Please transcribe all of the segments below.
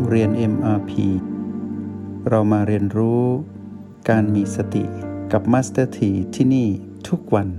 เรียน MRP เรามาเรียนรู้การมีสติกับ Master T ที่นี่ทุกวัน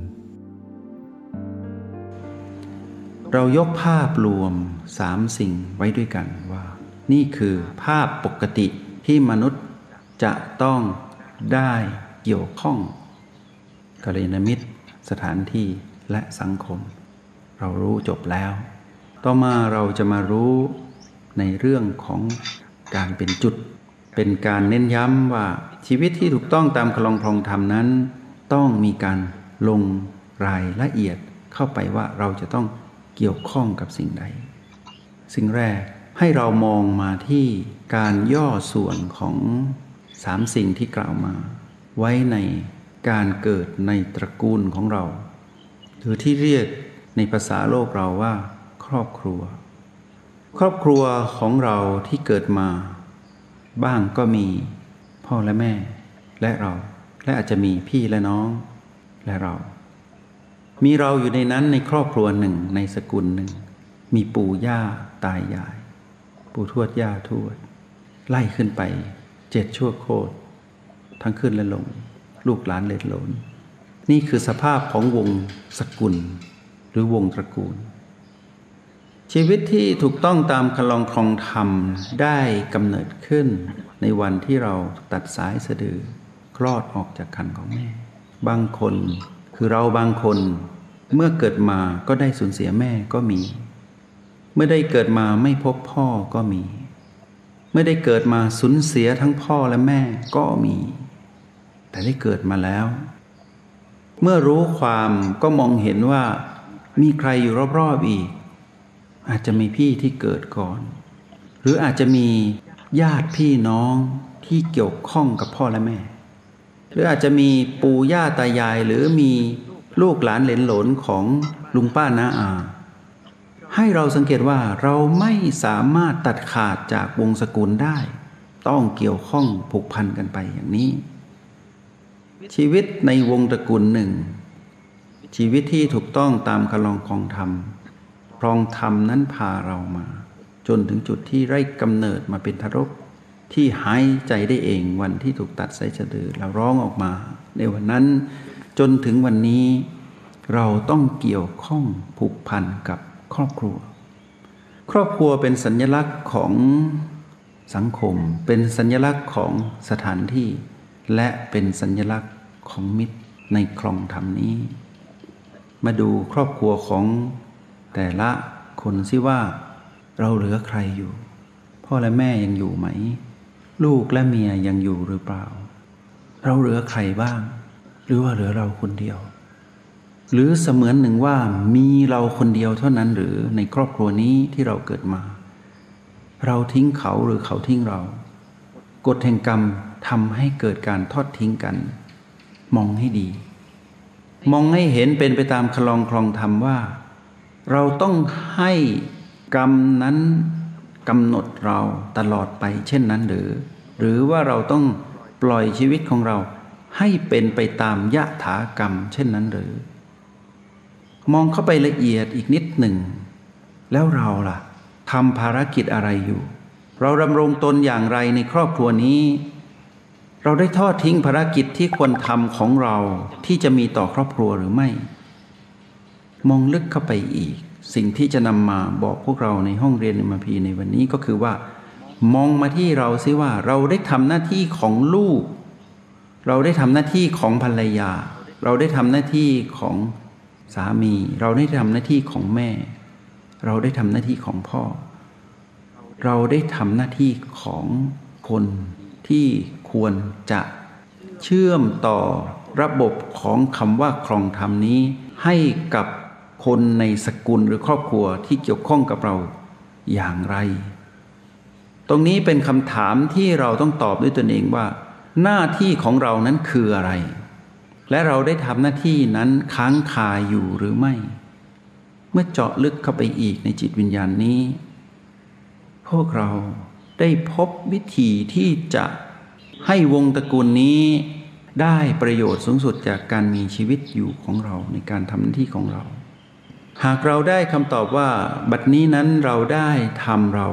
เรายกภาพรวม3สิ่งไว้ด้วยกันว่านี่คือภาพปกติที่มนุษย์จะต้องได้เกี่ยวข้องกัลยาณมิตรสถานที่และสังคมเรารู้จบแล้วต่อมาเราจะมารู้ในเรื่องของการเป็นจุดเป็นการเน้นย้ำว่าชีวิตที่ถูกต้องตามคลองครองธรรมนั้นต้องมีการลงรายละเอียดเข้าไปว่าเราจะต้องเกี่ยวข้องกับสิ่งใดสิ่งแรกให้เรามองมาที่การย่อส่วนของ3สิ่งที่กล่าวมาไว้ในการเกิดในตระกูลของเราหรือที่เรียกในภาษาโลกเราว่าครอบครัวของเราที่เกิดมาบ้างก็มีพ่อและแม่และเราและอาจจะมีพี่และน้องและเรามีเราอยู่ในนั้นในครอบครัวหนึ่งในสกุลหนึ่งมีปู่ย่าตายายปู่ทวดย่าทวดไล่ขึ้นไป7ชั่วโคตรทั้งขึ้นและลงลูกหลานเหลนโหลนนี่คือสภาพของวงสกุลหรือวงตระกูลชีวิตที่ถูกต้องตามคลองครองธรรมได้กำเนิดขึ้นในวันที่เราตัดสายสะดือคลอดออกจากครรภ์ของแม่บางคนคือเราบางคนเมื่อเกิดมาก็ได้สูญเสียแม่ก็มีเมื่อได้เกิดมาไม่พบพ่อก็มีเมื่อได้เกิดมาสูญเสียทั้งพ่อและแม่ก็มีแต่ได้เกิดมาแล้วเมื่อรู้ความก็มองเห็นว่ามีใครอยู่รอบๆอีกอาจจะมีพี่ที่เกิดก่อนหรืออาจจะมีญาติพี่น้องที่เกี่ยวข้องกับพ่อและแม่หรืออาจจะมีปู่ย่าตายายหรือมีลูกหลานเหลนโหลนของลุงป้าน้าอาให้เราสังเกตว่าเราไม่สามารถตัดขาดจากวงศกุลได้ต้องเกี่ยวข้องผูกพันกันไปอย่างนี้ชีวิตในวงตระกูลหนึ่งชีวิตที่ถูกต้องตามคลองครองธรรมครองธรรมนั้นพาเรามาจนถึงจุดที่ไร้กำเนิดมาเป็นทารกที่หายใจได้เองวันที่ถูกตัดสายสะดือเราร้องออกมาในวันนั้นจนถึงวันนี้เราต้องเกี่ยวข้องผูกพันกับครอบครัวเป็นสัญลักษณ์ของสังคมเป็นสัญลักษณ์ของสถานที่และเป็นสัญลักษณ์ของมิตรในคลองธรรมนี้มาดูครอบครัวของแต่ละคนสิว่าเราเหลือใครอยู่พ่อและแม่ยังอยู่ไหมลูกและเมียยังอยู่หรือเปล่าเราเหลือใครบ้างหรือว่าเหลือเราคนเดียวหรือเสมือนหนึ่งว่ามีเราคนเดียวเท่านั้นหรือในครอบครัวนี้ที่เราเกิดมาเราทิ้งเขาหรือเขาทิ้งเรากฎแห่งกรรมทำให้เกิดการทอดทิ้งกันมองให้ดีมองให้เห็นเป็นไปตามคลองครองธรรมว่าเราต้องให้กรรมนั้นกำหนดเราตลอดไปเช่นนั้นหรือว่าเราต้องปล่อยชีวิตของเราให้เป็นไปตามยถากรรมเช่นนั้นหรือมองเข้าไปละเอียดอีกนิดหนึ่งแล้วเราล่ะทำภารกิจอะไรอยู่เราดำรงตนอย่างไรในครอบครัวนี้เราได้ทอดทิ้งภารกิจที่ควรทำของเราที่จะมีต่อครอบครัวหรือไม่มองลึกเข้าไปอีกสิ่งที่จะนำมาบอกพวกเราในห้องเรียน MRP ในวันนี้ก็คือว่ามองมาที่เราซิว่าเราได้ทำหน้าที่ของลูกเราได้ทำหน้าที่ของภรรยาเราได้ทำหน้าที่ของสามีเราได้ทำหน้าที่ของแม่เราได้ทำหน้าที่ของพ่อเราได้ทำหน้าที่ของคนที่ควรจะเชื่อมต่อระบบของคำว่าครองธรรมนี้ให้กับคนในสกุลหรือครอบครัวที่เกี่ยวข้องกับเราอย่างไรตรงนี้เป็นคำถามที่เราต้องตอบด้วยตนเองว่าหน้าที่ของเรานั้นคืออะไรและเราได้ทำหน้าที่นั้นค้างคาอยู่หรือไม่เมื่อเจาะลึกเข้าไปอีกในจิตวิญญาณนี้พวกเราได้พบวิธีที่จะให้วงตระกูลนี้ได้ประโยชน์สูงสุดจากการมีชีวิตอยู่ของเราในการทำหน้าที่ของเราหากเราได้คำตอบว่าบัดนี้นั้นเราได้ทำเรา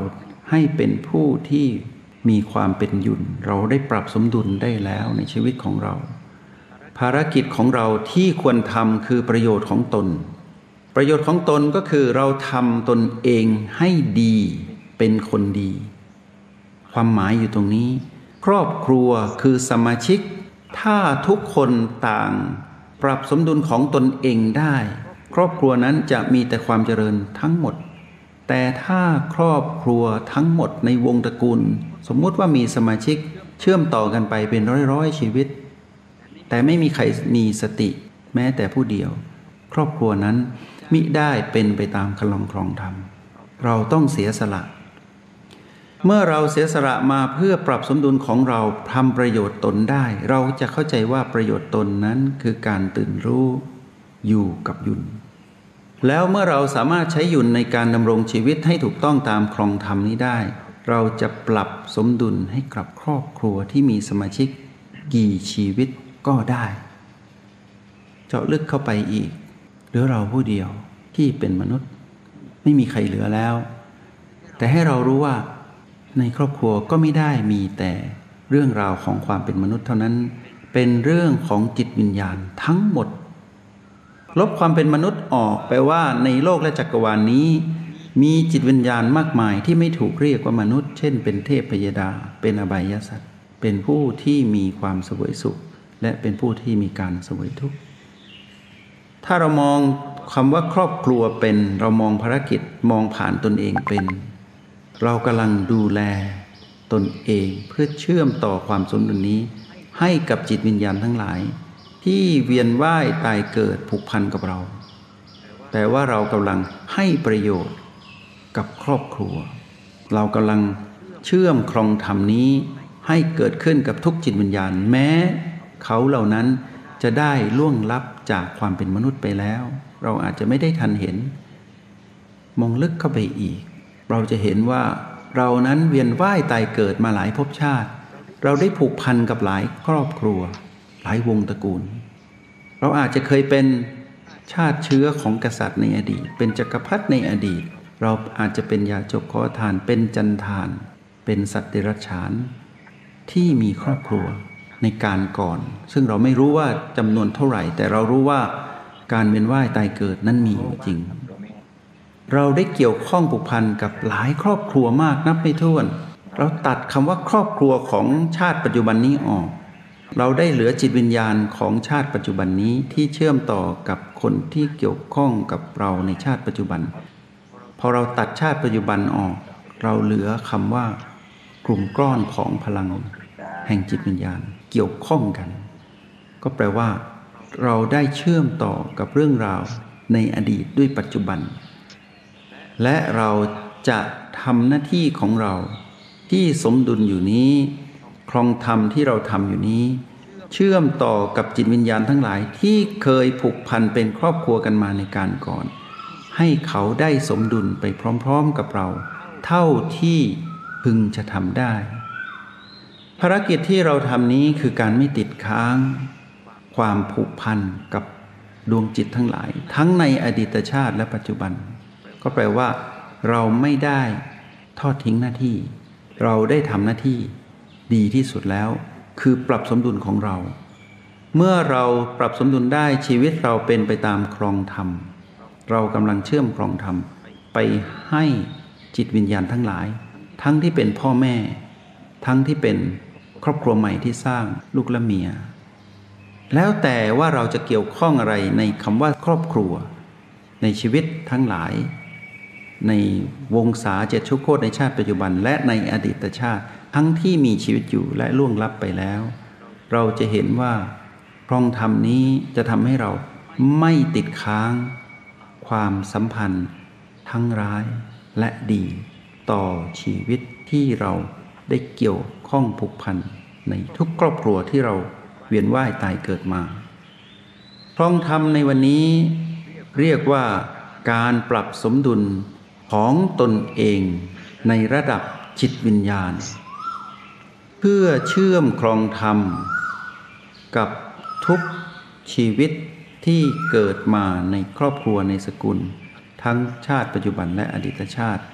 ให้เป็นผู้ที่มีความเป็นหยุ่นเราได้ปรับสมดุลได้แล้วในชีวิตของเราภารกิจของเราที่ควรทำคือประโยชน์ของตนประโยชน์ของตนก็คือเราทำตนเองให้ดีเป็นคนดีความหมายอยู่ตรงนี้ครอบครัวคือสมาชิกถ้าทุกคนต่างปรับสมดุลของตนเองได้ครอบครัวนั้นจะมีแต่ความเจริญทั้งหมดแต่ถ้าครอบครัวทั้งหมดในวงตระกูลสมมุติว่ามีสมาชิกเชื่อมต่อกันไปเป็นร้อยๆชีวิตแต่ไม่มีใครมีสติแม้แต่ผู้เดียวครอบครัวนั้นมิได้เป็นไปตามคำครองธรรมเราต้องเสียสละเมื่อเราเสียสละมาเพื่อปรับสมดุลของเราทำประโยชน์ตนได้เราจะเข้าใจว่าประโยชน์ตนนั้นคือการตื่นรู้อยู่กับหยุ่นแล้วเมื่อเราสามารถใช้หยุ่นในการดำรงชีวิตให้ถูกต้องตามครองธรรมนี้ได้เราจะปรับสมดุลให้กับครอบครัวที่มีสมาชิกกี่ชีวิตก็ได้เจาะลึกเข้าไปอีกเหลือเราผู้เดียวที่เป็นมนุษย์ไม่มีใครเหลือแล้วแต่ให้เรารู้ว่าในครอบครัวก็ไม่ได้มีแต่เรื่องราวของความเป็นมนุษย์เท่านั้นเป็นเรื่องของจิตวิญญาณทั้งหมดลบความเป็นมนุษย์ออกแปลว่าในโลกและจักรวาลนี้มีจิตวิญญาณมากมายที่ไม่ถูกเรียกว่ามนุษย์เช่นเป็นเทพพยดาเป็นอบายสัตว์เป็นผู้ที่มีความเสวยสุขและเป็นผู้ที่มีการเสวยทุกข์ถ้าเรามองคำว่าครอบครัวเป็นเรามองภารกิจมองผ่านตนเองเป็นเรากำลังดูแลตนเองเพื่อเชื่อมต่อความสมดุลนี้ให้กับจิตวิญญาณทั้งหลายที่เวียนว่ายตายเกิดผูกพันกับเราแต่ว่าเรากำลังให้ประโยชน์กับครอบครัวเรากำลังเชื่อมครองธรรมนี้ให้เกิดขึ้นกับทุกจิตวิญญาณแม้เขาเหล่านั้นจะได้ล่วงลับจากความเป็นมนุษย์ไปแล้วเราอาจจะไม่ได้ทันเห็นมองลึกเข้าไปอีกเราจะเห็นว่าเรานั้นเวียนว่ายตายเกิดมาหลายภพชาติเราได้ผูกพันกับหลายครอบครัวหลายวงตระกูลเราอาจจะเคยเป็นชาติเชื้อของกษัตริย์ในอดีตเป็นจักรพรรดิในอดีตเราอาจจะเป็นยาจกขอทานเป็นจันทานเป็นสัตว์เดรัจฉานที่มีครอบครัวในการก่อนซึ่งเราไม่รู้ว่าจำนวนเท่าไหร่แต่เรารู้ว่าการเวียนว่ายตายเกิดนั้นมีอยู่จริงเราได้เกี่ยวข้องผูกพันกับหลายครอบครัวมากนับไม่ถ้วนเราตัดคำว่าครอบครัวของชาติปัจจุบันนี้ออกเราได้เหลือจิตวิญญาณของชาติปัจจุบันนี้ที่เชื่อมต่อกับคนที่เกี่ยวข้องกับเราในชาติปัจจุบันพอเราตัดชาติปัจจุบันออกเราเหลือคำว่ากลุ่มก้อนของพลังแห่งจิตวิญญาณเกี่ยวข้องกันก็แปลว่าเราได้เชื่อมต่อกับเรื่องราวในอดีตด้วยปัจจุบันและเราจะทำหน้าที่ของเราที่สมดุลอยู่นี้ครองธรรมที่เราทำอยู่นี้เชื่อมต่อกับจิตวิญญาณทั้งหลายที่เคยผูกพันเป็นครอบครัวกันมาในการก่อนให้เขาได้สมดุลไปพร้อมๆกับเราเท่าที่พึงจะทำได้ภารกิจที่เราทำนี้คือการไม่ติดค้างความผูกพันกับดวงจิตทั้งหลายทั้งในอดีตชาติและปัจจุบันก็แปลว่าเราไม่ได้ทอดทิ้งหน้าที่เราได้ทำหน้าที่ดีที่สุดแล้วคือปรับสมดุลของเราเมื่อเราปรับสมดุลได้ชีวิตเราเป็นไปตามครองธรรมเรากำลังเชื่อมครองธรรมไปให้จิตวิญญาณทั้งหลายทั้งที่เป็นพ่อแม่ทั้งที่เป็นครอบครัวใหม่ที่สร้างลูกและเมียแล้วแต่ว่าเราจะเกี่ยวข้องอะไรในคำว่าครอบครัวในชีวิตทั้งหลายในวงศาเจ็ดชุกโคตในชาติปัจจุบันและในอดีตชาติทั้งที่มีชีวิตอยู่และล่วงลับไปแล้วเราจะเห็นว่าครองธรรมนี้จะทำให้เราไม่ติดค้างความสัมพันธ์ทั้งร้ายและดีต่อชีวิตที่เราได้เกี่ยวข้องผูกพันในทุกครอบครัวที่เราเวียนว่ายตายเกิดมาครองธรรมในวันนี้เรียกว่าการปรับสมดุลของตนเองในระดับจิตวิญญาณเพื่อเชื่อมครองธรรมกับทุกชีวิตที่เกิดมาในครอบครัวในสกุลทั้งชาติปัจจุบันและอดีตชาติ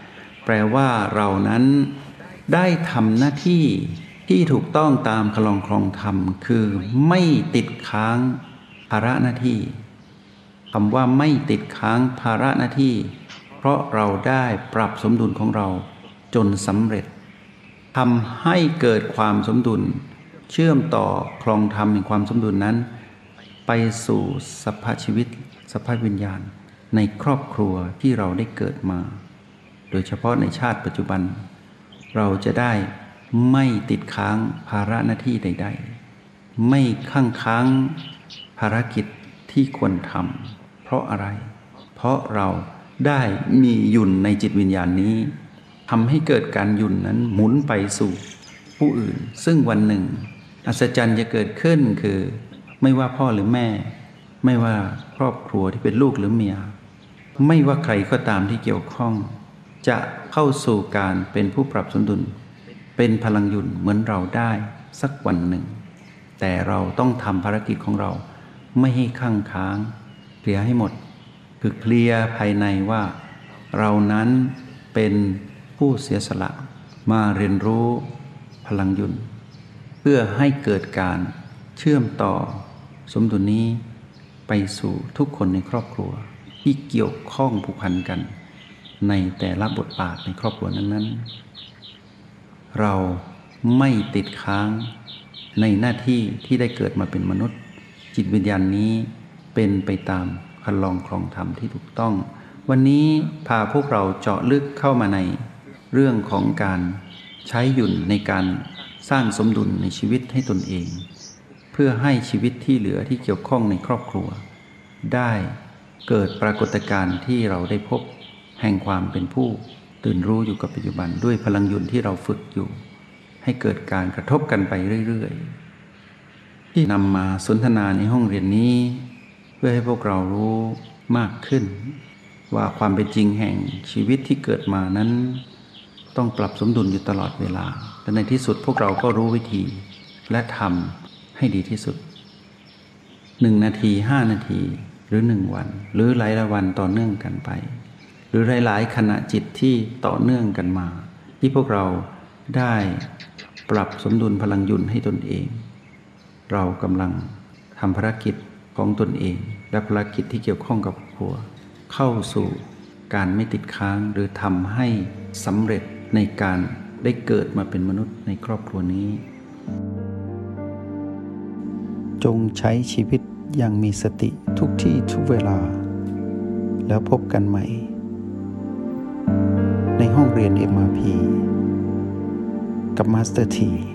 แปลว่าเรานั้นได้ทำหน้าที่ที่ถูกต้องตามคลองครองธรรมคือไม่ติดค้างภาระหน้าที่คำว่าไม่ติดค้างภาระหน้าที่เพราะเราได้ปรับสมดุลของเราจนสำเร็จทำให้เกิดความสมดุลเชื่อมต่อคลองธรรมแห่งความสมดุลนั้นไปสู่สภาพชีวิตสภาพวิญญาณในครอบครัวที่เราได้เกิดมาโดยเฉพาะในชาติปัจจุบันเราจะได้ไม่ติดค้างภาระหน้าที่ใดๆไม่ข้างค้างภารกิจที่ควรทำเพราะอะไรเพราะเราได้มีหยุ่นในจิตวิญญาณนี้ทำให้เกิดการหยุ่นนั้นหมุนไปสู่ผู้อื่นซึ่งวันหนึ่งอัศจรรย์จะเกิดขึ้นคือไม่ว่าพ่อหรือแม่ไม่ว่าครอบครัวที่เป็นลูกหรือเมียไม่ว่าใครก็ตามที่เกี่ยวข้องจะเข้าสู่การเป็นผู้ปรับสมดุลเป็นพลังหยุ่นเหมือนเราได้สักวันหนึ่งแต่เราต้องทำภารกิจของเราไม่ให้ข้างค้างเคลียร์ให้หมดคือเคลียร์ภายในว่าเรานั้นเป็นผู้เสียสละมาเรียนรู้พลังหยุ่นเพื่อให้เกิดการเชื่อมต่อสมดุลนี้ไปสู่ทุกคนในครอบครัวที่เกี่ยวข้องผูกพันกันในแต่ละบทบาทในครอบครัวนั้นๆเราไม่ติดค้างในหน้าที่ที่ได้เกิดมาเป็นมนุษย์จิตวิญญาณนี้เป็นไปตามคันลองครองธรรมที่ถูกต้องวันนี้พาพวกเราเจาะลึกเข้ามาในเรื่องของการใช้หยุ่นในการสร้างสมดุลในชีวิตให้ตนเองเพื่อให้ชีวิตที่เหลือที่เกี่ยวข้องในครอบครัวได้เกิดปรากฏการณ์ที่เราได้พบแห่งความเป็นผู้ตื่นรู้อยู่กับปัจจุบันด้วยพลังหยุ่นที่เราฝึกอยู่ให้เกิดการกระทบกันไปเรื่อยๆที่นำมาสนทนาในห้องเรียนนี้เพื่อให้พวกเรารู้มากขึ้นว่าความเป็นจริงแห่งชีวิตที่เกิดมานั้นต้องปรับสมดุลอยู่ตลอดเวลาและในที่สุดพวกเราก็รู้วิธีและทำให้ดีที่สุด1 นาที5 นาทีหรือ1 วันหรือหลายๆวันต่อเนื่องกันไปหรือหลายๆขณะจิตที่ต่อเนื่องกันมาที่พวกเราได้ปรับสมดุลพลังหยุ่นให้ตนเองเรากำลังทำภารกิจของตนเองและภารกิจที่เกี่ยวข้องกับครอบครัวเข้าสู่การไม่ติดค้างหรือทำให้สำเร็จในการได้เกิดมาเป็นมนุษย์ในครอบครัวนี้จงใช้ชีวิตอย่างมีสติทุกที่ทุกเวลาแล้วพบกันใหม่ในห้องเรียน MRP กับมาสเตอร์ที